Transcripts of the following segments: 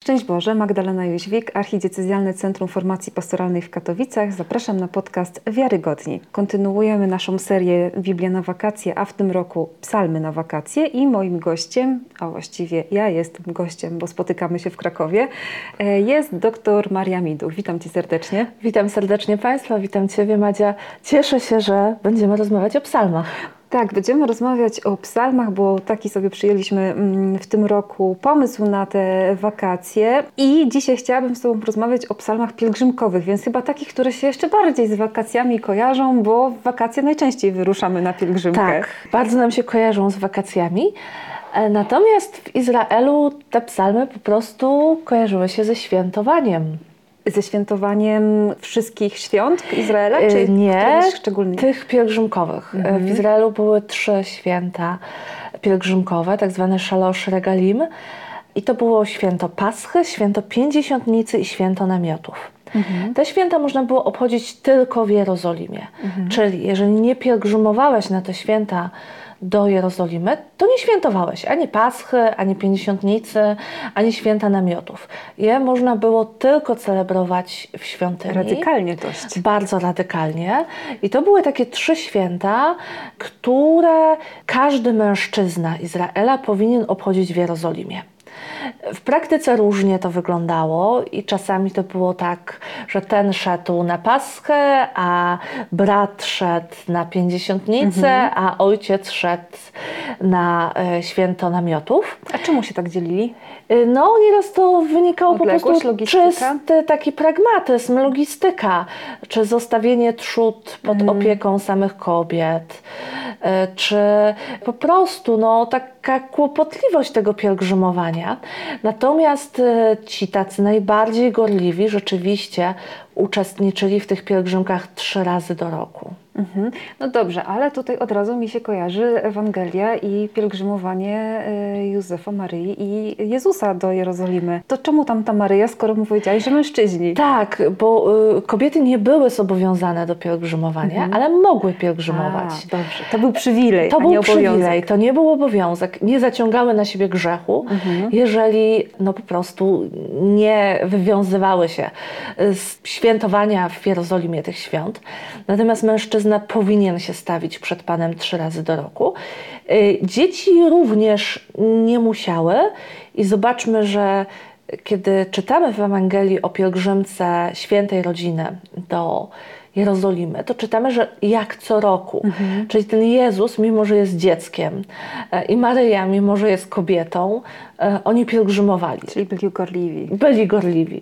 Szczęść Boże, Magdalena Jóźwik, Archidiecezjalne Centrum Formacji Pastoralnej w Katowicach. Zapraszam na podcast Wiarygodni. Kontynuujemy naszą serię Biblia na wakacje, a w tym roku Psalmy na wakacje i moim gościem, a właściwie ja jestem gościem, bo spotykamy się w Krakowie, jest dr Maria Miduch. Witam Cię serdecznie. Witam serdecznie Państwa, witam Ciebie Madzia. Cieszę się, że będziemy rozmawiać o psalmach. Tak, będziemy rozmawiać o psalmach, bo taki sobie przyjęliśmy w tym roku pomysł na te wakacje i dzisiaj chciałabym z Tobą porozmawiać o psalmach pielgrzymkowych, więc chyba takich, które się jeszcze bardziej z wakacjami kojarzą, bo w wakacje najczęściej wyruszamy na pielgrzymkę. Tak, bardzo nam się kojarzą z wakacjami, natomiast w Izraelu te psalmy po prostu kojarzyły się ze świętowaniem. Ze świętowaniem wszystkich świąt Izraela? Czy nie, szczególnych? Tych pielgrzymkowych. W Izraelu były 3 święta pielgrzymkowe, tak zwane Shalosh Regalim. I to było święto Paschy, święto Pięćdziesiątnicy i święto Namiotów. Te święta można było obchodzić tylko w Jerozolimie. Czyli jeżeli nie pielgrzymowałeś na te święta do Jerozolimy, to nie świętowałeś ani Paschy, ani Pięćdziesiątnicy, ani święta Namiotów. Je można było tylko celebrować w świątyni. Radykalnie dość. Bardzo radykalnie. I to były takie 3 święta, które każdy mężczyzna Izraela powinien obchodzić w Jerozolimie. W praktyce różnie to wyglądało i czasami to było tak, że ten szedł na Paschę, a brat szedł na Pięćdziesiątnicę, a ojciec szedł na święto Namiotów. A czemu się tak dzielili? No, nieraz to wynikało po prostu logistyka? czysty taki pragmatyzm, logistyka, czy zostawienie trzód pod opieką samych kobiet, czy po prostu taka kłopotliwość tego pielgrzymowania. Natomiast ci tacy najbardziej gorliwi rzeczywiście uczestniczyli w tych pielgrzymkach 3 razy do roku. No dobrze, ale tutaj od razu mi się kojarzy Ewangelia i pielgrzymowanie Józefa, Maryi i Jezusa do Jerozolimy. To czemu tam ta Maryja, skoro mu powiedziałeś, że mężczyźni? Tak, bo kobiety nie były zobowiązane do pielgrzymowania, ale mogły pielgrzymować. Dobrze, to był przywilej, To a nie był obowiązek. przywilej, to nie był obowiązek. Nie zaciągały na siebie grzechu, jeżeli po prostu nie wywiązywały się z świętowania w Jerozolimie tych świąt. Natomiast mężczyzna powinien się stawić przed Panem 3 razy do roku. Dzieci również nie musiały i zobaczmy, że kiedy czytamy w Ewangelii o pielgrzymce świętej rodziny do Jerozolimy, to czytamy, że jak co roku. Czyli ten Jezus, mimo że jest dzieckiem i Maryja, mimo że jest kobietą, oni pielgrzymowali. Czyli byli gorliwi. Byli gorliwi.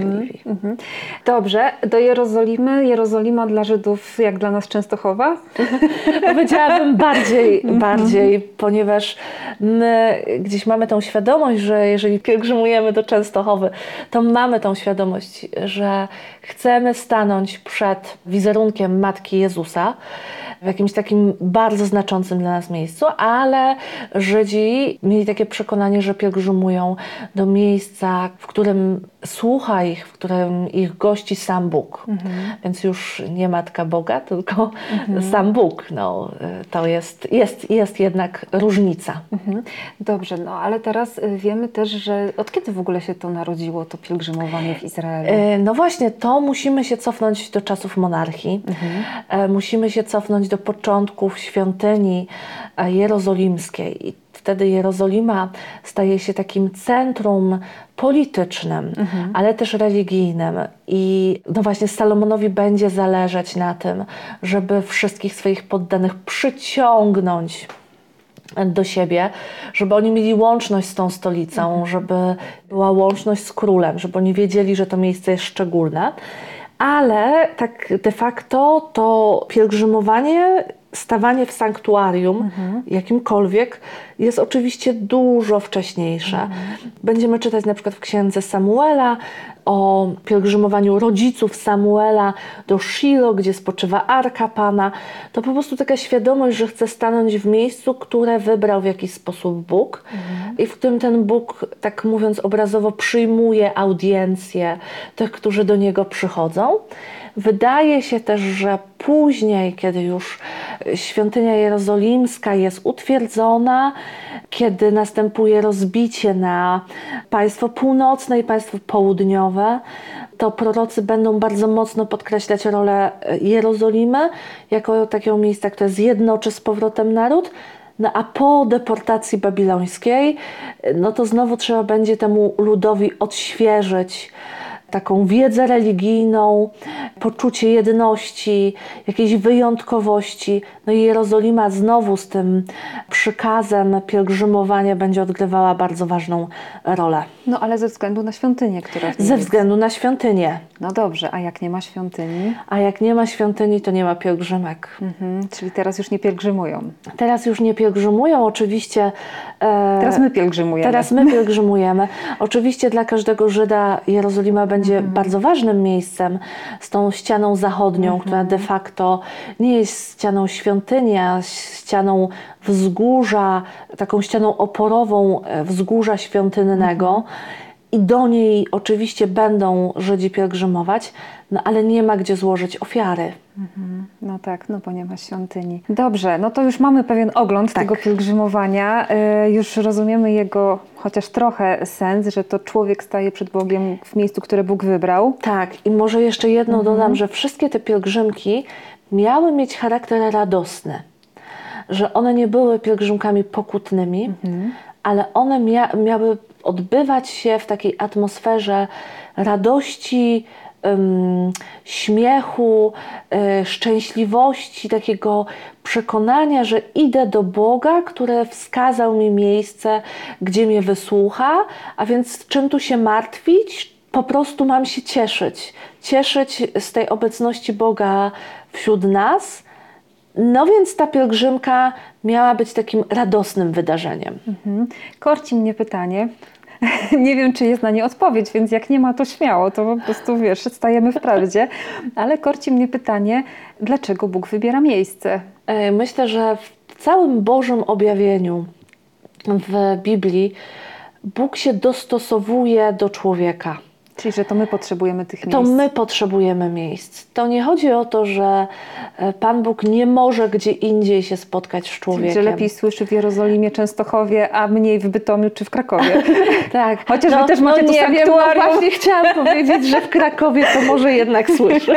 Dobrze, do Jerozolimy. Jerozolima dla Żydów jak dla nas Częstochowa? Powiedziałabym bardziej, ponieważ my gdzieś mamy tą świadomość, że jeżeli pielgrzymujemy do Częstochowy, to mamy tą świadomość, że chcemy stanąć przed wizerunkiem Matki Jezusa w jakimś takim bardzo znaczącym dla nas miejscu, ale Żydzi mieli takie przekonanie, że pielgrzymują do miejsca, w którym słucha ich, w którym ich gości sam Bóg. Więc już nie Matka Boga, tylko sam Bóg. To jest jednak różnica. Dobrze, ale teraz wiemy też, że od kiedy w ogóle się to narodziło, to pielgrzymowanie w Izraelu? No właśnie, to musimy się cofnąć do czasów monarchii. Musimy się cofnąć do początków świątyni jerozolimskiej. I wtedy Jerozolima staje się takim centrum politycznym, ale też religijnym. I właśnie Salomonowi będzie zależeć na tym, żeby wszystkich swoich poddanych przyciągnąć do siebie, żeby oni mieli łączność z tą stolicą, żeby była łączność z królem, żeby oni wiedzieli, że to miejsce jest szczególne. Ale tak de facto to pielgrzymowanie, stawanie w sanktuarium jakimkolwiek jest oczywiście dużo wcześniejsze. Będziemy czytać na przykład w księdze Samuela o pielgrzymowaniu rodziców Samuela do Shilo, gdzie spoczywa Arka Pana. To po prostu taka świadomość, że chce stanąć w miejscu, które wybrał w jakiś sposób Bóg i w którym ten Bóg, tak mówiąc obrazowo, przyjmuje audiencję tych, którzy do Niego przychodzą. Wydaje się też, że później, kiedy już świątynia jerozolimska jest utwierdzona, kiedy następuje rozbicie na państwo północne i państwo południowe, to prorocy będą bardzo mocno podkreślać rolę Jerozolimy jako takiego miejsca, które zjednoczy z powrotem naród. No a po deportacji babilońskiej, no to znowu trzeba będzie temu ludowi odświeżyć taką wiedzę religijną, poczucie jedności, jakiejś wyjątkowości. No i Jerozolima znowu z tym przykazem pielgrzymowania będzie odgrywała bardzo ważną rolę. No ale ze względu na świątynię, która w niej Ze jest. względu na świątynię. No dobrze, a jak nie ma świątyni? A jak nie ma świątyni, to nie ma pielgrzymek. Czyli teraz już nie pielgrzymują. Teraz już nie pielgrzymują, oczywiście. Teraz my pielgrzymujemy. Teraz my pielgrzymujemy. Oczywiście dla każdego Żyda Jerozolima będzie bardzo ważnym miejscem z tą ścianą zachodnią, która de facto nie jest ścianą świątyni, a ścianą wzgórza, taką ścianą oporową wzgórza świątynnego. I do niej oczywiście będą Żydzi pielgrzymować, no ale nie ma gdzie złożyć ofiary. No tak, no bo nie ma świątyni. Dobrze, no to już mamy pewien ogląd tego pielgrzymowania. Już rozumiemy jego chociaż trochę sens, że to człowiek staje przed Bogiem w miejscu, które Bóg wybrał. Tak, i może jeszcze jedno dodam, że wszystkie te pielgrzymki miały mieć charakter radosny. Że one nie były pielgrzymkami pokutnymi, ale one miały odbywać się w takiej atmosferze radości, śmiechu, szczęśliwości, takiego przekonania, że idę do Boga, który wskazał mi miejsce, gdzie mnie wysłucha, a więc czym tu się martwić? Po prostu mam się cieszyć. Cieszyć z tej obecności Boga wśród nas. No więc ta pielgrzymka miała być takim radosnym wydarzeniem. Korci mnie pytanie. Nie wiem, czy jest na nie odpowiedź, więc jak nie ma, to śmiało, to po prostu, wiesz, stajemy w prawdzie. Ale korci mnie pytanie, dlaczego Bóg wybiera miejsce? Myślę, że w całym Bożym objawieniu w Biblii Bóg się dostosowuje do człowieka. Czyli, że to my potrzebujemy tych miejsc. To my potrzebujemy miejsc. To nie chodzi o to, że Pan Bóg nie może gdzie indziej się spotkać z człowiekiem. Że lepiej słyszy w Jerozolimie, Częstochowie, a mniej w Bytomiu czy w Krakowie. Tak. Chociaż wy też macie tu nie wiem, sanktuarium. właśnie chciałam powiedzieć, że w Krakowie to może jednak słyszy.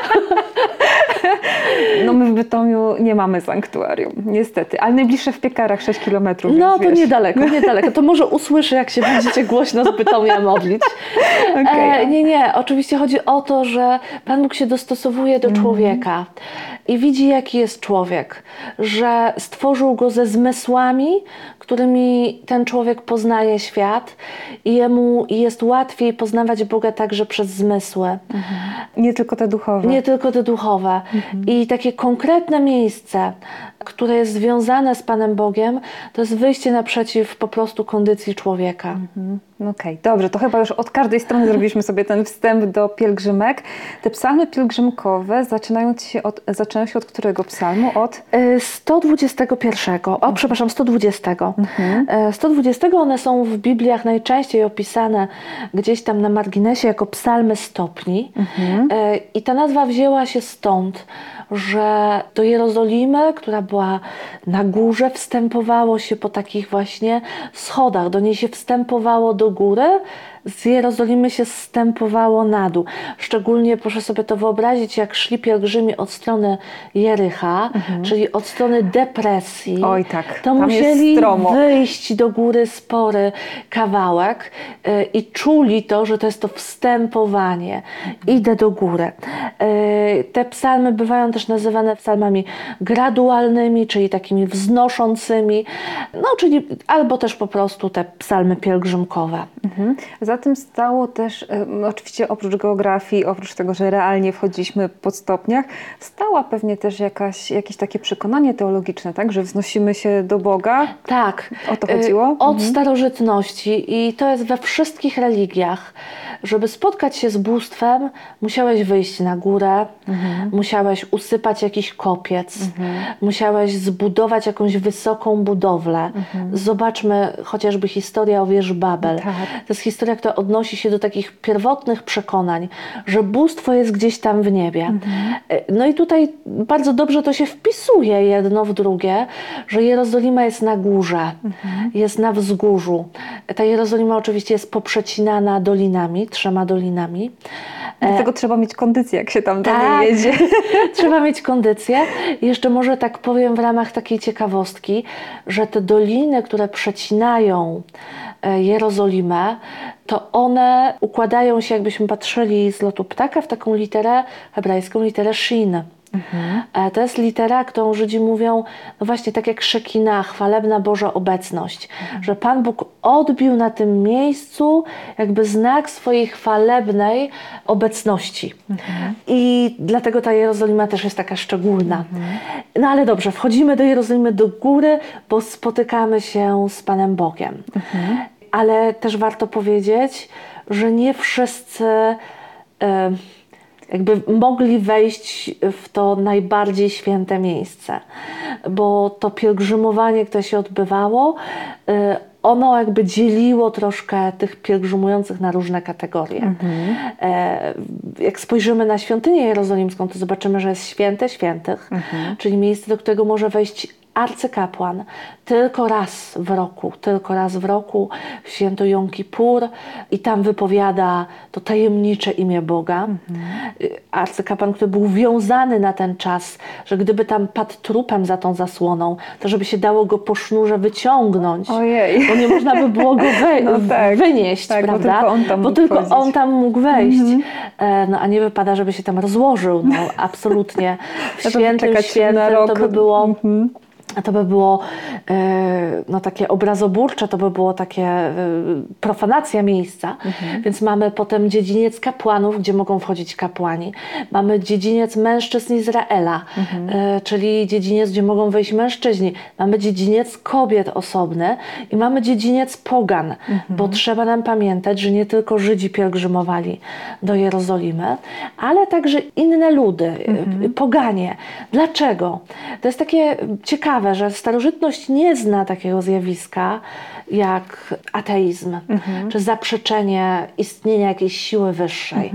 No my w Bytomiu nie mamy sanktuarium, niestety. Ale najbliższe w Piekarach 6 kilometrów. No więc to wiesz. niedaleko. To może usłyszy, jak się będziecie głośno z Bytomia modlić. Okay. Nie. Oczywiście chodzi o to, że Pan Bóg się dostosowuje do człowieka i widzi, jaki jest człowiek. Że stworzył go ze zmysłami, którymi ten człowiek poznaje świat i jemu jest łatwiej poznawać Boga także przez zmysły. Nie tylko te duchowe. Nie tylko te duchowe. I takie konkretne miejsce, które jest związane z Panem Bogiem, to jest wyjście naprzeciw po prostu kondycji człowieka. Okej, dobrze, to chyba już od każdej strony zrobiliśmy sobie ten wstęp do pielgrzymek. Te psalmy pielgrzymkowe zaczynają się od którego psalmu? Od 121. Przepraszam, 120. 120 one są w Bibliach najczęściej opisane gdzieś tam na marginesie jako psalmy stopni. I ta nazwa wzięła się stąd, że do Jerozolimy, która była na górze, wstępowało się po takich właśnie schodach. Do niej się wstępowało do góry, z Jerozolimy się zstępowało na dół. Szczególnie proszę sobie to wyobrazić, jak szli pielgrzymi od strony Jericha, czyli od strony depresji. Oj tak, to tam musieli jest stromo. wyjść do góry spory kawałek i czuli to, że to jest to wstępowanie. Idę do góry. Te psalmy bywają też nazywane psalmami gradualnymi, czyli takimi wznoszącymi, no czyli albo też po prostu te psalmy pielgrzymkowe. Za tym stało też, oczywiście oprócz geografii, oprócz tego, że realnie wchodziliśmy po stopniach, stała pewnie też jakieś takie przekonanie teologiczne, tak? Że wznosimy się do Boga. Tak. O to chodziło? Od starożytności i to jest we wszystkich religiach. Żeby spotkać się z bóstwem, musiałeś wyjść na górę, musiałeś usypać jakiś kopiec, musiałeś zbudować jakąś wysoką budowlę. Zobaczmy chociażby historię o wieży Babel. Tak. To jest historia, które odnosi się do takich pierwotnych przekonań, że bóstwo jest gdzieś tam w niebie. No i tutaj bardzo dobrze to się wpisuje jedno w drugie, że Jerozolima jest na górze, jest na wzgórzu. Ta Jerozolima oczywiście jest poprzecinana dolinami, 3 dolinami. Dlatego trzeba mieć kondycję, jak się tam do niej jedzie. Trzeba mieć kondycję. Jeszcze może tak powiem w ramach takiej ciekawostki, że te doliny, które przecinają Jerozolimę, to one układają się, jakbyśmy patrzyli z lotu ptaka, w taką literę hebrajską, literę Shin. To jest litera, którą Żydzi mówią, no właśnie tak jak Szekina, chwalebna Boża obecność, że Pan Bóg odbił na tym miejscu jakby znak swojej chwalebnej obecności. I dlatego ta Jerozolima też jest taka szczególna. No ale dobrze, wchodzimy do Jerozolimy do góry, bo spotykamy się z Panem Bogiem. Ale też warto powiedzieć, że nie wszyscy jakby mogli wejść w to najbardziej święte miejsce, bo to pielgrzymowanie, które się odbywało, ono jakby dzieliło troszkę tych pielgrzymujących na różne kategorie. Jak spojrzymy na świątynię jerozolimską, to zobaczymy, że jest święte świętych, czyli miejsce, do którego może wejść arcykapłan tylko raz w roku, w święto Jom Kippur, i tam wypowiada to tajemnicze imię Boga. Arcykapłan, który był wiązany na ten czas, że gdyby tam padł trupem za tą zasłoną, to żeby się dało go po sznurze wyciągnąć. Ojej. Bo nie można by było go wynieść, tak, prawda? Bo tylko on tam mógł wejść. No a nie wypada, żeby się tam rozłożył. No absolutnie. W świętym to by było... To by było no, takie obrazoburcze, to by było takie profanacja miejsca. Więc mamy potem dziedziniec kapłanów, gdzie mogą wchodzić kapłani. Mamy dziedziniec mężczyzn Izraela, czyli dziedziniec, gdzie mogą wejść mężczyźni. Mamy dziedziniec kobiet osobny i mamy dziedziniec pogan, bo trzeba nam pamiętać, że nie tylko Żydzi pielgrzymowali do Jerozolimy, ale także inne ludy, poganie. Dlaczego? To jest takie ciekawe, że starożytność nie zna takiego zjawiska jak ateizm, czy zaprzeczenie istnienia jakiejś siły wyższej.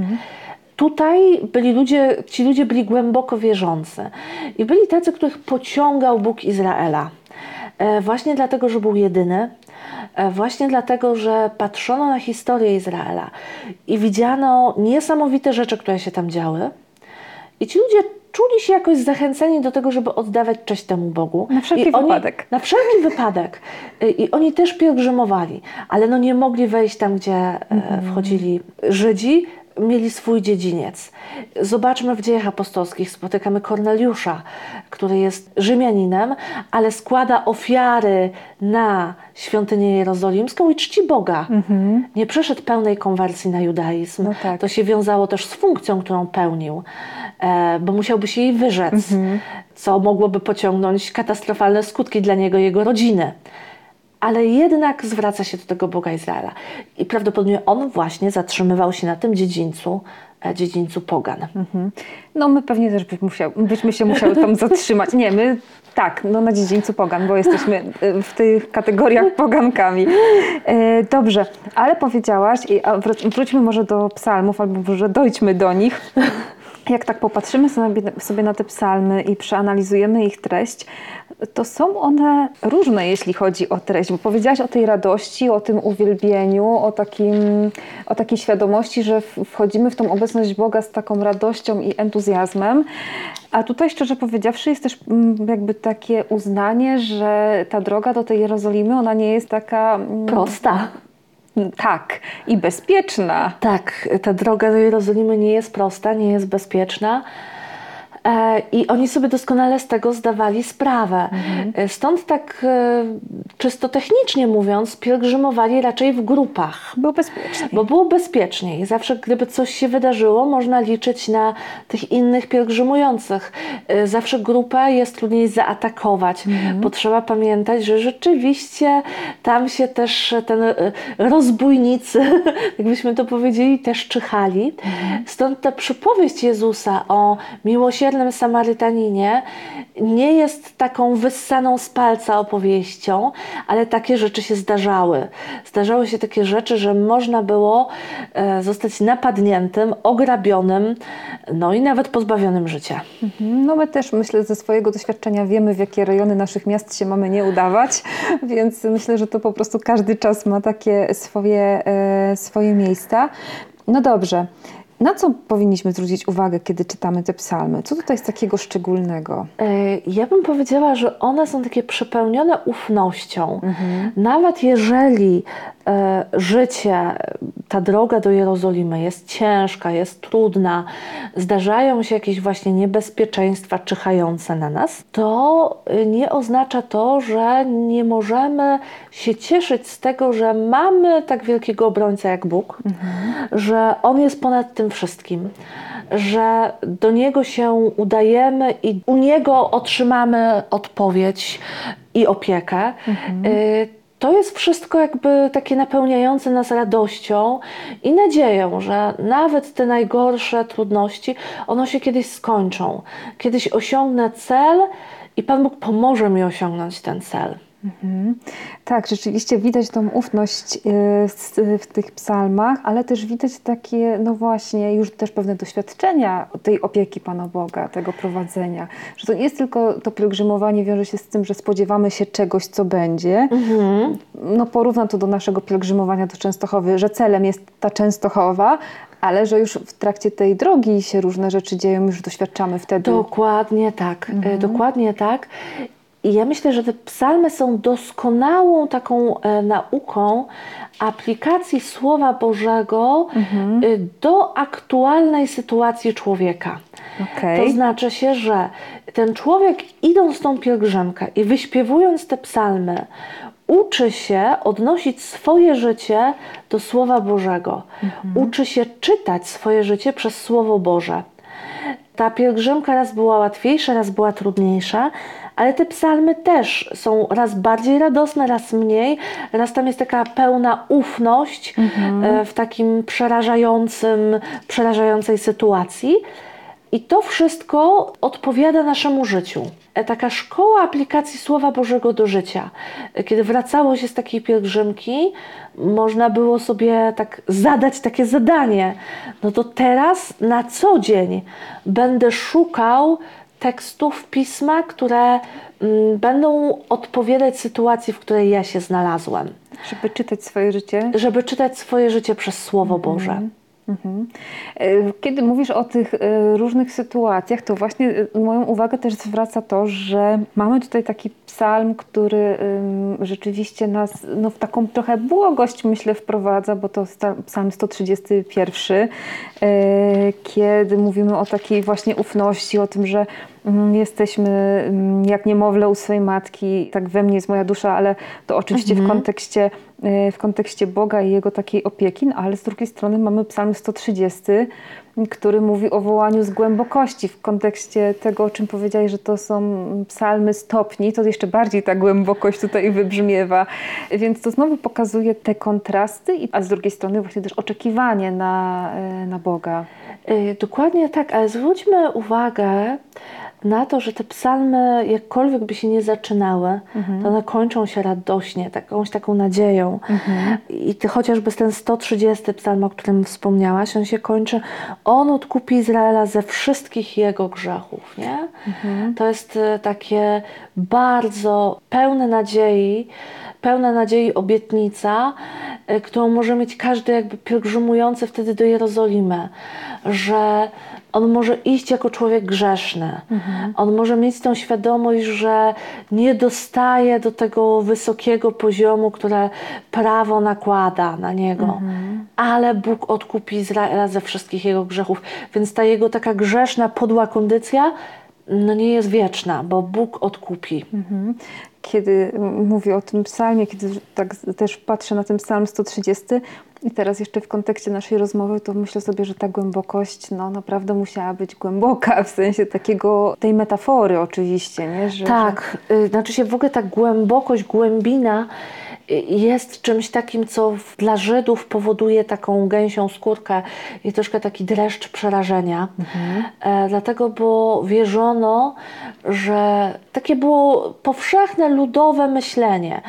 Tutaj ci ludzie byli głęboko wierzący i byli tacy, których pociągał Bóg Izraela. Właśnie dlatego, że był jedyny, właśnie dlatego, że patrzono na historię Izraela i widziano niesamowite rzeczy, które się tam działy. I ci ludzie czuli się jakoś zachęceni do tego, żeby oddawać cześć temu Bogu. Na wszelki wypadek. Na wszelki wypadek. I oni też pielgrzymowali, ale no nie mogli wejść tam, gdzie wchodzili Żydzi. Mieli swój dziedziniec. Zobaczmy w Dziejach Apostolskich, spotykamy Korneliusza, który jest Rzymianinem, ale składa ofiary na świątynię jerozolimską i czci Boga. Nie przeszedł pełnej konwersji na judaizm. No tak. To się wiązało też z funkcją, którą pełnił, bo musiałby się jej wyrzec, co mogłoby pociągnąć katastrofalne skutki dla niego i jego rodziny. Ale jednak zwraca się do tego Boga Izraela. I prawdopodobnie on właśnie zatrzymywał się na tym dziedzińcu pogan. No my pewnie też byśmy się musiały tam zatrzymać. Nie, my tak, no na dziedzińcu pogan, bo jesteśmy w tych kategoriach pogankami. Dobrze, ale powiedziałaś, wróćmy może do psalmów, albo może dojdźmy do nich. Jak tak popatrzymy sobie na te psalmy i przeanalizujemy ich treść, to są one różne, jeśli chodzi o treść, bo powiedziałaś o tej radości, o tym uwielbieniu, o takiej świadomości, że wchodzimy w tą obecność Boga z taką radością i entuzjazmem. A tutaj, szczerze powiedziawszy, jest też jakby takie uznanie, że ta droga do tej Jerozolimy, ona nie jest taka prosta. Tak, i bezpieczna. Tak, ta droga do Jerozolimy nie jest prosta, nie jest bezpieczna. I oni sobie doskonale z tego zdawali sprawę. Stąd tak czysto technicznie mówiąc, pielgrzymowali raczej w grupach. Było bezpieczniej. Bo było bezpieczniej. Zawsze gdyby coś się wydarzyło, można liczyć na tych innych pielgrzymujących. Zawsze grupę jest trudniej zaatakować, bo trzeba pamiętać, że rzeczywiście tam się też rozbójnicy, jakbyśmy to powiedzieli, też czyhali. Stąd ta przypowieść Jezusa o miłosiernym grzesznym Samarytaninie nie jest taką wyssaną z palca opowieścią, ale takie rzeczy się zdarzały. Zdarzały się takie rzeczy, że można było zostać napadniętym, ograbionym, no i nawet pozbawionym życia. No my też, myślę, ze swojego doświadczenia wiemy, w jakie rejony naszych miast się mamy nie udawać, więc myślę, że to po prostu każdy czas ma takie swoje miejsca. No dobrze. Na co powinniśmy zwrócić uwagę, kiedy czytamy te psalmy? Co tutaj jest takiego szczególnego? Ja bym powiedziała, że one są takie przepełnione ufnością. Nawet jeżeli życie, ta droga do Jerozolimy jest ciężka, jest trudna, zdarzają się jakieś właśnie niebezpieczeństwa czyhające na nas, to nie oznacza to, że nie możemy się cieszyć z tego, że mamy tak wielkiego obrońcę jak Bóg, że On jest ponad tym wszystkim, że do Niego się udajemy i u Niego otrzymamy odpowiedź i opiekę. To jest wszystko jakby takie napełniające nas radością i nadzieją, że nawet te najgorsze trudności, one się kiedyś skończą. Kiedyś osiągnę cel i Pan Bóg pomoże mi osiągnąć ten cel. Tak, rzeczywiście widać tą ufność w tych psalmach, ale też widać takie, no właśnie, już też pewne doświadczenia tej opieki Pana Boga, tego prowadzenia. Że to nie jest tylko to pielgrzymowanie wiąże się z tym, że spodziewamy się czegoś, co będzie. No porównam to do naszego pielgrzymowania do Częstochowy, że celem jest ta Częstochowa, ale że już w trakcie tej drogi się różne rzeczy dzieją, już doświadczamy wtedy. Dokładnie tak, dokładnie tak. I ja myślę, że te psalmy są doskonałą taką nauką aplikacji Słowa Bożego do aktualnej sytuacji człowieka. To znaczy się, że ten człowiek, idąc tą pielgrzymkę i wyśpiewując te psalmy, uczy się odnosić swoje życie do Słowa Bożego. Uczy się czytać swoje życie przez Słowo Boże. Ta pielgrzymka raz była łatwiejsza, raz była trudniejsza, ale te psalmy też są raz bardziej radosne, raz mniej. Raz tam jest taka pełna ufność w takim przerażającej sytuacji. I to wszystko odpowiada naszemu życiu. Taka szkoła aplikacji Słowa Bożego do życia. Kiedy wracało się z takiej pielgrzymki, można było sobie tak zadać takie zadanie. No to teraz na co dzień będę szukał tekstów Pisma, które będą odpowiadać sytuacji, w której ja się znalazłem. Żeby czytać swoje życie? Żeby czytać swoje życie przez Słowo Boże. Kiedy mówisz o tych różnych sytuacjach, to właśnie moją uwagę też zwraca to, że mamy tutaj taki psalm, który rzeczywiście nas w taką trochę błogość, myślę, wprowadza, bo to psalm 131, kiedy mówimy o takiej właśnie ufności, o tym, że jesteśmy jak niemowlę u swojej matki, tak we mnie jest moja dusza, ale to oczywiście w kontekście Boga i Jego takiej opieki, no, ale z drugiej strony mamy psalm 130, który mówi o wołaniu z głębokości w kontekście tego, o czym powiedziałeś, że to są psalmy stopni, to jeszcze bardziej ta głębokość tutaj wybrzmiewa. Więc to znowu pokazuje te kontrasty, a z drugiej strony właśnie też oczekiwanie na Boga. Dokładnie tak, ale zwróćmy uwagę na to, że te psalmy, jakkolwiek by się nie zaczynały, to one kończą się radośnie, jakąś taką nadzieją. I chociażby ten 130 psalm, o którym wspomniałaś, on się kończy: On odkupi Izraela ze wszystkich jego grzechów. Nie? To jest takie bardzo pełne nadziei obietnica, którą może mieć każdy jakby pielgrzymujący wtedy do Jerozolimy, że on może iść jako człowiek grzeszny. On może mieć tą świadomość, że nie dostaje do tego wysokiego poziomu, które prawo nakłada na niego. Ale Bóg odkupi Izraela ze wszystkich jego grzechów. Więc ta jego taka grzeszna, podła kondycja nie jest wieczna, bo Bóg odkupi. Kiedy mówię o tym psalmie, kiedy tak też patrzę na ten psalm 130 i teraz jeszcze w kontekście naszej rozmowy, to myślę sobie, że ta głębokość naprawdę musiała być głęboka, w sensie tej metafory oczywiście, nie? Znaczy się w ogóle ta głębokość, głębina jest czymś takim, co dla Żydów powoduje taką gęsią skórkę i troszkę taki dreszcz przerażenia. Dlatego, bo wierzono, że takie było powszechne, ludowe myślenie.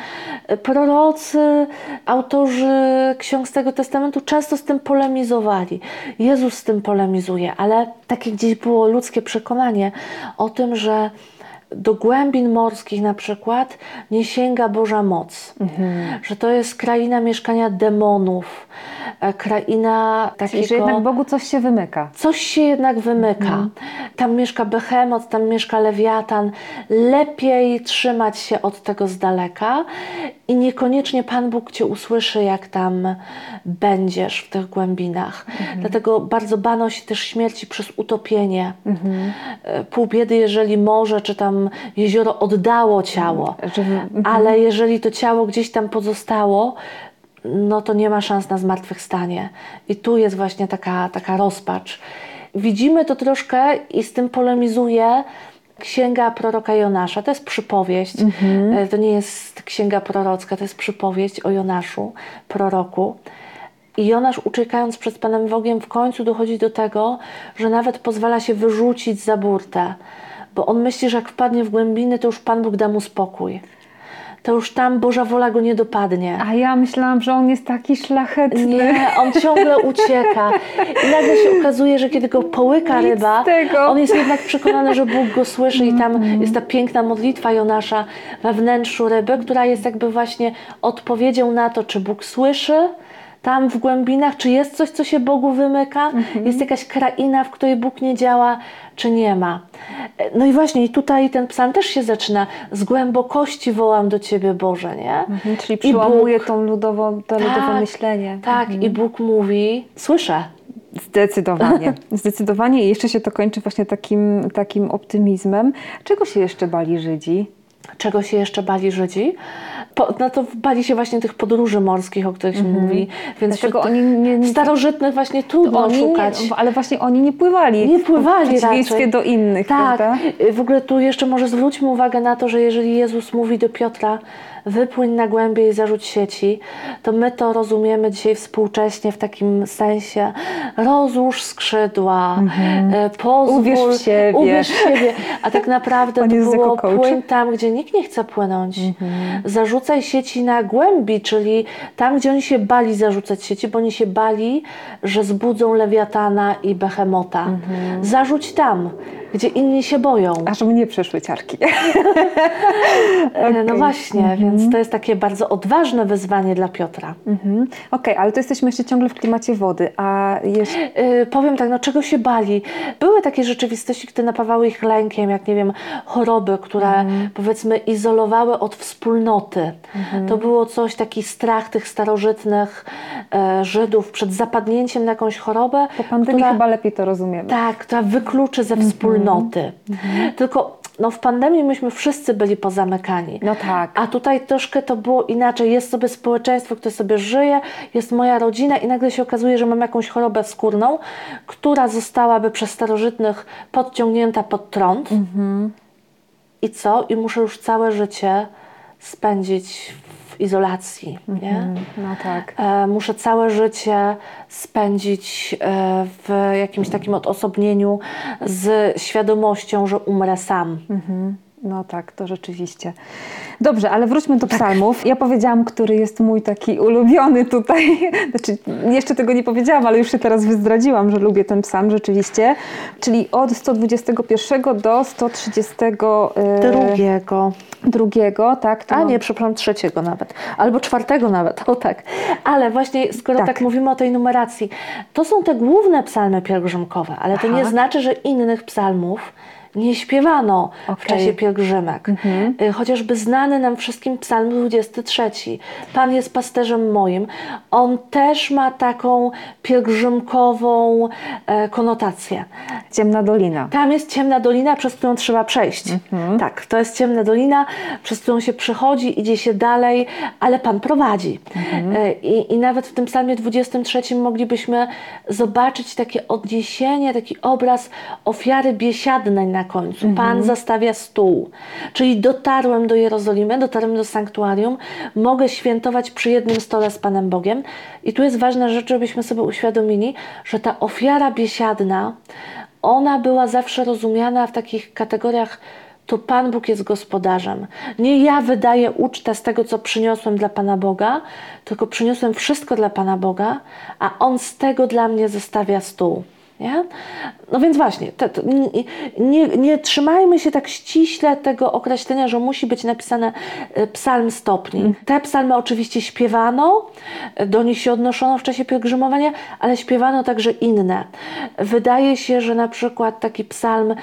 Prorocy, autorzy ksiąg Starego Testamentu często z tym polemizowali. Jezus z tym polemizuje, ale takie gdzieś było ludzkie przekonanie o tym, że do głębin morskich na przykład nie sięga Boża moc. Że to jest kraina mieszkania demonów, kraina takiego... Że jednak Bogu coś się wymyka. Coś się jednak wymyka. Tam mieszka Behemot, tam mieszka Lewiatan. Lepiej trzymać się od tego z daleka i niekoniecznie Pan Bóg Cię usłyszy, jak tam będziesz w tych głębinach. Dlatego bardzo bano się też śmierci przez utopienie. Pół biedy, jeżeli morze czy tam jezioro oddało ciało, ale jeżeli to ciało gdzieś tam pozostało, no to nie ma szans na zmartwychwstanie. I tu jest właśnie taka rozpacz. Widzimy to troszkę i z tym polemizuje księga proroka Jonasza. To jest przypowieść. To nie jest księga prorocka, to jest przypowieść o Jonaszu, proroku. I Jonasz, uciekając przed Panem Bogiem, w końcu dochodzi do tego, że nawet pozwala się wyrzucić za burtę. Bo on myśli, że jak wpadnie w głębiny, to już Pan Bóg da mu spokój. To już tam Boża wola go nie dopadnie. A ja myślałam, że on jest taki szlachetny. Nie, on ciągle ucieka. I nagle się okazuje, że kiedy go połyka ryba, on jest jednak przekonany, że Bóg go słyszy i tam jest ta piękna modlitwa Jonasza we wnętrzu ryby, która jest jakby właśnie odpowiedzią na to, czy Bóg słyszy tam w głębinach, czy jest coś, co się Bogu wymyka, jest jakaś kraina, w której Bóg nie działa, czy nie ma. No i właśnie, i tutaj ten psalm też się zaczyna. Z głębokości wołam do Ciebie, Boże, nie? Czyli przełamuje to ludowe myślenie. Tak, i Bóg mówi, słyszę. Zdecydowanie. Zdecydowanie i jeszcze się to kończy właśnie takim optymizmem. Czego się jeszcze bali Żydzi? Czego się jeszcze bali Żydzi? No to bali się właśnie tych podróży morskich, o których się mówi. Więc dlatego oni starożytnych właśnie trudno szukać. Ale właśnie oni nie pływali. Nie pływali w przeciwieństwie raczej do innych, tak. prawda? W ogóle tu jeszcze może zwróćmy uwagę na to, że jeżeli Jezus mówi do Piotra, wypłyń na głębie i zarzuć sieci, to my to rozumiemy dzisiaj współcześnie w takim sensie rozłóż skrzydła, pozwól, uwierz w siebie. A tak naprawdę to było płyń tam, gdzie nikt nie chce płynąć. Zarzucaj sieci na głębi, czyli tam, gdzie oni się bali zarzucać sieci, bo oni się bali, że zbudzą Lewiatana i Behemota. Zarzuć tam, gdzie inni się boją. A żeby nie przeszły ciarki. No właśnie, więc to jest takie bardzo odważne wyzwanie dla Piotra. Okej, ale to jesteśmy jeszcze ciągle w klimacie wody. A powiem tak, no czego się bali? Były takie rzeczywistości, które napawały ich lękiem, jak nie wiem, choroby, które powiedzmy izolowały od wspólnoty. To było coś, taki strach tych starożytnych Żydów przed zapadnięciem na jakąś chorobę. Po pandemii chyba lepiej to rozumiemy. Tak, która wykluczy ze wspólnoty. Tylko w pandemii myśmy wszyscy byli pozamykani. No tak. A tutaj troszkę to było inaczej. Jest sobie społeczeństwo, które sobie żyje, jest moja rodzina i nagle się okazuje, że mam jakąś chorobę skórną, która zostałaby przez starożytnych podciągnięta pod trąd. I co? I muszę już całe życie spędzić w izolacji. Nie? No tak. Muszę całe życie spędzić w jakimś takim odosobnieniu z świadomością, że umrę sam. No tak, to rzeczywiście. Dobrze, ale wróćmy do psalmów. Ja powiedziałam, który jest mój taki ulubiony tutaj. Znaczy, jeszcze tego nie powiedziałam, ale już się teraz wyzdradziłam, że lubię ten psalm rzeczywiście. Czyli od 121 do 132, tak? Przepraszam, 3 nawet. Albo 4 nawet, o tak. Ale właśnie, skoro tak mówimy o tej numeracji, to są te główne psalmy pielgrzymkowe, ale to nie znaczy, że innych psalmów nie śpiewano w czasie pielgrzymek. Chociażby znany nam wszystkim psalm 23. Pan jest pasterzem moim. On też ma taką pielgrzymkową konotację. Ciemna dolina. Tam jest ciemna dolina, przez którą trzeba przejść. Tak, to jest ciemna dolina, przez którą się przychodzi, idzie się dalej, ale Pan prowadzi. I nawet w tym psalmie 23 moglibyśmy zobaczyć takie odniesienie, taki obraz ofiary biesiadnej na na końcu. Pan zastawia stół. Czyli dotarłem do Jerozolimy, dotarłem do sanktuarium, mogę świętować przy jednym stole z Panem Bogiem. I tu jest ważna rzecz, żebyśmy sobie uświadomili, że ta ofiara biesiadna, ona była zawsze rozumiana w takich kategoriach: to Pan Bóg jest gospodarzem. Nie ja wydaję ucztę z tego, co przyniosłem dla Pana Boga, tylko przyniosłem wszystko dla Pana Boga, a On z tego dla mnie zostawia stół. Nie? No więc właśnie, nie trzymajmy się tak ściśle tego określenia, że musi być napisane psalm stopni. Te psalmy oczywiście śpiewano, do nich się odnoszono w czasie pielgrzymowania, ale śpiewano także inne. Wydaje się, że na przykład taki psalm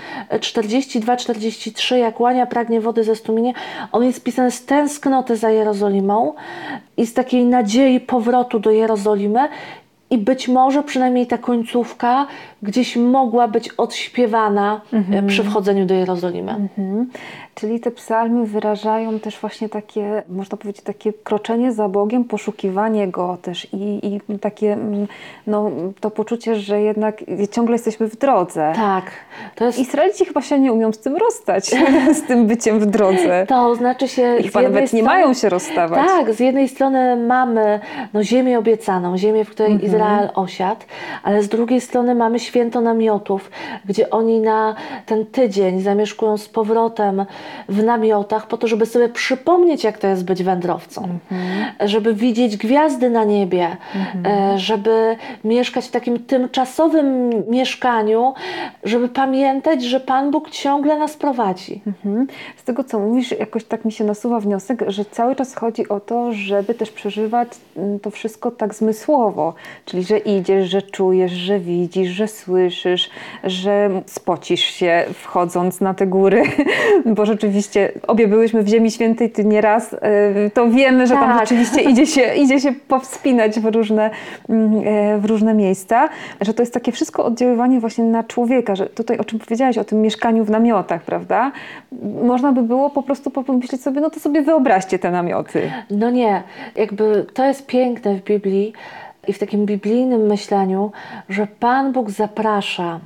42-43, jak łania pragnie wody ze strumienia, on jest pisany z tęsknoty za Jerozolimą i z takiej nadziei powrotu do Jerozolimy. I być może przynajmniej ta końcówka gdzieś mogła być odśpiewana przy wchodzeniu do Jerozolimy. Czyli te psalmy wyrażają też właśnie takie, można powiedzieć, takie kroczenie za Bogiem, poszukiwanie Go też i takie, no, to poczucie, że jednak ciągle jesteśmy w drodze. Tak. To jest... Izraelici chyba się nie umią z tym rozstać, z tym byciem w drodze. To znaczy się... I chyba nawet nie mają się rozstawać. Tak, z jednej strony mamy ziemię obiecaną, ziemię, w której Izrael osiadł, ale z drugiej strony mamy święto namiotów, gdzie oni na ten tydzień zamieszkują z powrotem w namiotach po to, żeby sobie przypomnieć, jak to jest być wędrowcą, żeby widzieć gwiazdy na niebie, żeby mieszkać w takim tymczasowym mieszkaniu, żeby pamiętać, że Pan Bóg ciągle nas prowadzi. Z tego, co mówisz, jakoś tak mi się nasuwa wniosek, że cały czas chodzi o to, żeby też przeżywać to wszystko tak zmysłowo, czyli że idziesz, że czujesz, że widzisz, że słyszysz, że spocisz się wchodząc na te góry, bo rzeczywiście obie byłyśmy w Ziemi Świętej, ty nieraz, to wiemy, że tam rzeczywiście idzie się powspinać w różne miejsca, że to jest takie wszystko oddziaływanie właśnie na człowieka, że tutaj o czym powiedziałaś, o tym mieszkaniu w namiotach, prawda? Można by było po prostu pomyśleć sobie, no to sobie wyobraźcie te namioty. No nie, jakby to jest piękne w Biblii i w takim biblijnym myśleniu, że Pan Bóg zaprasza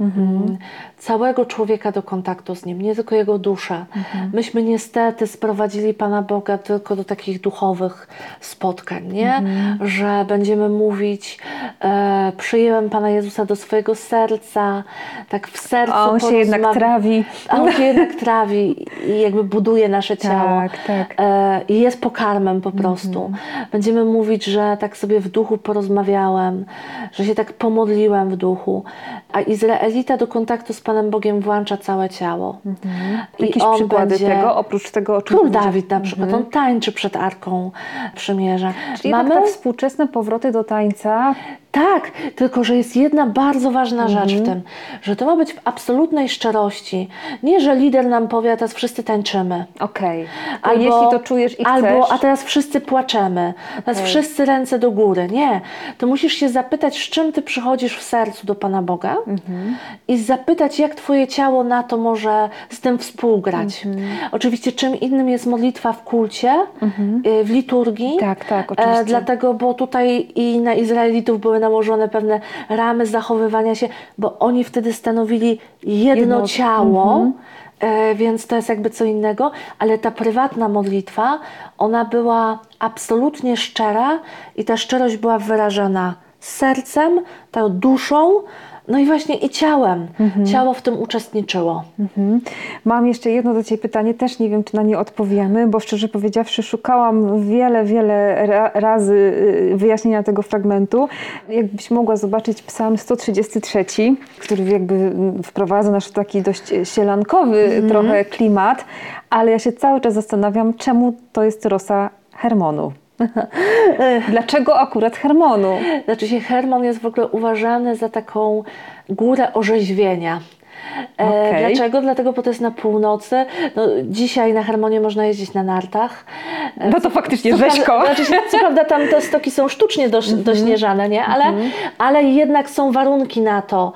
całego człowieka do kontaktu z Nim, nie tylko jego duszę. Myśmy niestety sprowadzili Pana Boga tylko do takich duchowych spotkań, nie? Że będziemy mówić, przyjąłem Pana Jezusa do swojego serca, tak w sercu A On się jednak trawi. A On się jednak trawi i jakby buduje nasze ciało. Tak. I jest pokarmem po prostu. Będziemy mówić, że tak sobie w duchu porozmawiałem, że się tak pomodliłem w duchu. A Izraelita do kontaktu z Panem Bogiem włącza całe ciało. Jakieś przykłady tego, oprócz tego, o czym Król Dawid na przykład, on tańczy przed Arką Przymierza. Czyli mamy te współczesne powroty do tańca. Tak, tylko że jest jedna bardzo ważna rzecz w tym, że to ma być w absolutnej szczerości. Nie, że lider nam powie, a teraz wszyscy tańczymy. Okej. A jeśli to czujesz i chcesz. Albo, a teraz wszyscy płaczemy. Teraz wszyscy ręce do góry. Nie. To musisz się zapytać, z czym ty przychodzisz w sercu do Pana Boga i zapytać, jak twoje ciało na to może z tym współgrać. Oczywiście czym innym jest modlitwa w kulcie, w liturgii. Tak, oczywiście. Dlatego, bo tutaj i na Izraelitów były nałożone pewne ramy zachowywania się, bo oni wtedy stanowili jedno ciało, więc to jest jakby co innego, ale ta prywatna modlitwa, ona była absolutnie szczera i ta szczerość była wyrażana sercem, tą duszą, no i właśnie i ciałem. Ciało w tym uczestniczyło. Mam jeszcze jedno do Ciebie pytanie, też nie wiem, czy na nie odpowiemy, bo szczerze powiedziawszy szukałam wiele razy wyjaśnienia tego fragmentu. Jakbyś mogła zobaczyć Psalm 133, który jakby wprowadza nas w taki dość sielankowy trochę klimat, ale ja się cały czas zastanawiam, czemu to jest rosa Hermonu. Dlaczego akurat Hermonu? Znaczy się Hermon jest w ogóle uważany za taką górę orzeźwienia. Dlaczego? Dlatego, bo to jest na północy. No, dzisiaj na Hermonie można jeździć na nartach. No to faktycznie rzeźko. Co prawda tam te stoki są sztucznie dośnieżane, nie? Ale jednak są warunki na to.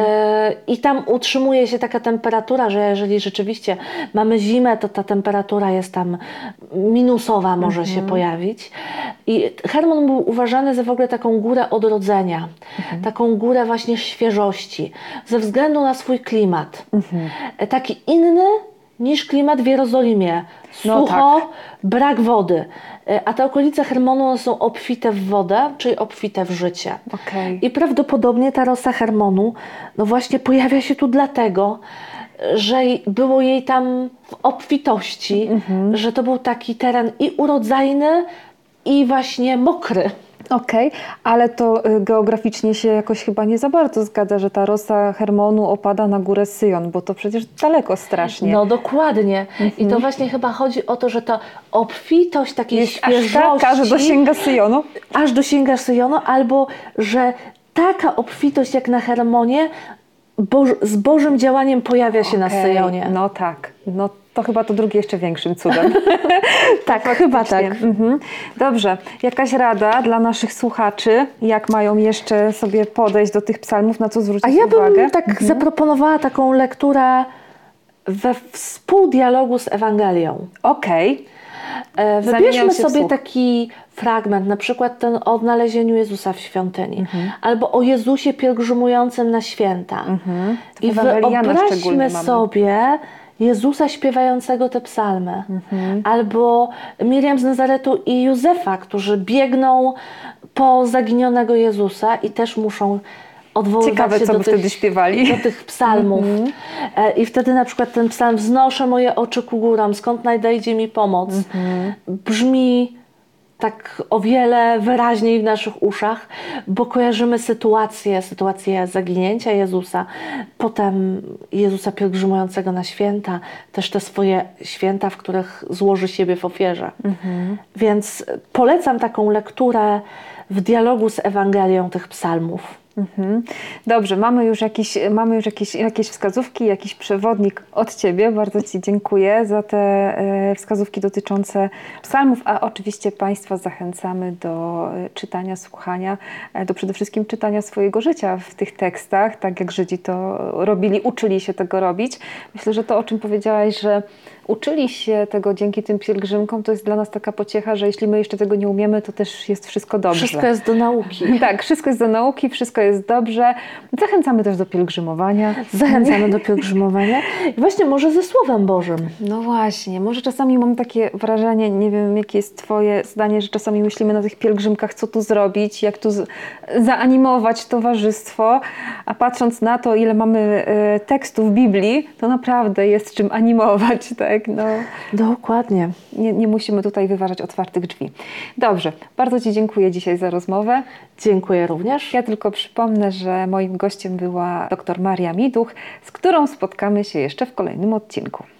I tam utrzymuje się taka temperatura, że jeżeli rzeczywiście mamy zimę, to ta temperatura jest tam minusowa, może się pojawić. I Hermon był uważany za w ogóle taką górę odrodzenia. Taką górę właśnie świeżości. Ze względu na swój klimat. Taki inny niż klimat w Jerozolimie. Sucho, No tak. brak wody. A te okolice Hermonu one są obfite w wodę, czyli obfite w życie. Okej. I prawdopodobnie ta rosa Hermonu no właśnie pojawia się tu dlatego, że było jej tam w obfitości, że to był taki teren i urodzajny, i właśnie mokry. Okej, ale to geograficznie się jakoś chyba nie za bardzo zgadza, że ta rosa Hermonu opada na górę Syjon, bo to przecież daleko strasznie. No dokładnie. I to właśnie chyba chodzi o to, że ta obfitość takiej Jest aż świeżości... taka, że dosięga Syjonu? Aż dosięga Syjonu, albo że taka obfitość jak na Hermonie z Bożym działaniem pojawia się na Okej, Syjonie. No tak, no to chyba to drugie jeszcze większym cudem. Tak, chyba tak. Dobrze, jakaś rada dla naszych słuchaczy, jak mają jeszcze sobie podejść do tych psalmów, na co zwrócić A ja uwagę? bym tak zaproponowała taką lekturę we współdialogu z Ewangelią. Okej. Zamieniam Wybierzmy się w sobie słuch. taki fragment, na przykład ten o odnalezieniu Jezusa w świątyni, albo o Jezusie pielgrzymującym na święta. To I w Ewangelii Jana szczególnie wyobraźmy mamy. sobie Jezusa śpiewającego te psalmy, albo Miriam z Nazaretu i Józefa, którzy biegną po zaginionego Jezusa i też muszą odwoływać Ciekawe, się co do by tych, wtedy śpiewali. do tych psalmów. I wtedy na przykład ten psalm wznoszę moje oczy ku górom, skąd nadejdzie mi pomoc, brzmi tak o wiele wyraźniej w naszych uszach, bo kojarzymy sytuację zaginięcia Jezusa, potem Jezusa pielgrzymującego na święta, też te swoje święta, w których złoży siebie w ofierze. Więc polecam taką lekturę w dialogu z Ewangelią tych psalmów. Dobrze, mamy już jakieś wskazówki, jakiś przewodnik od Ciebie. Bardzo Ci dziękuję za te wskazówki dotyczące psalmów, a oczywiście Państwa zachęcamy do czytania, słuchania, do przede wszystkim czytania swojego życia w tych tekstach, tak jak Żydzi to robili, uczyli się tego robić. Myślę, że to, o czym powiedziałaś, że uczyli się tego dzięki tym pielgrzymkom, to jest dla nas taka pociecha, że jeśli my jeszcze tego nie umiemy, to też jest wszystko dobrze. Wszystko jest do nauki. Tak, wszystko jest do nauki, wszystko jest dobrze. Zachęcamy też do pielgrzymowania. Zachęcamy do pielgrzymowania. I właśnie może ze Słowem Bożym. No właśnie, może czasami mam takie wrażenie, nie wiem jakie jest Twoje zdanie, że czasami myślimy na tych pielgrzymkach, co tu zrobić, jak tu zaanimować towarzystwo, a patrząc na to, ile mamy tekstów w Biblii, to naprawdę jest czym animować, tak? No, Dokładnie. nie musimy tutaj wyważać otwartych drzwi. Dobrze, bardzo Ci dziękuję dzisiaj za rozmowę. Dziękuję również. Ja tylko przypomnę, że moim gościem była dr Maria Miduch, z którą spotkamy się jeszcze w kolejnym odcinku.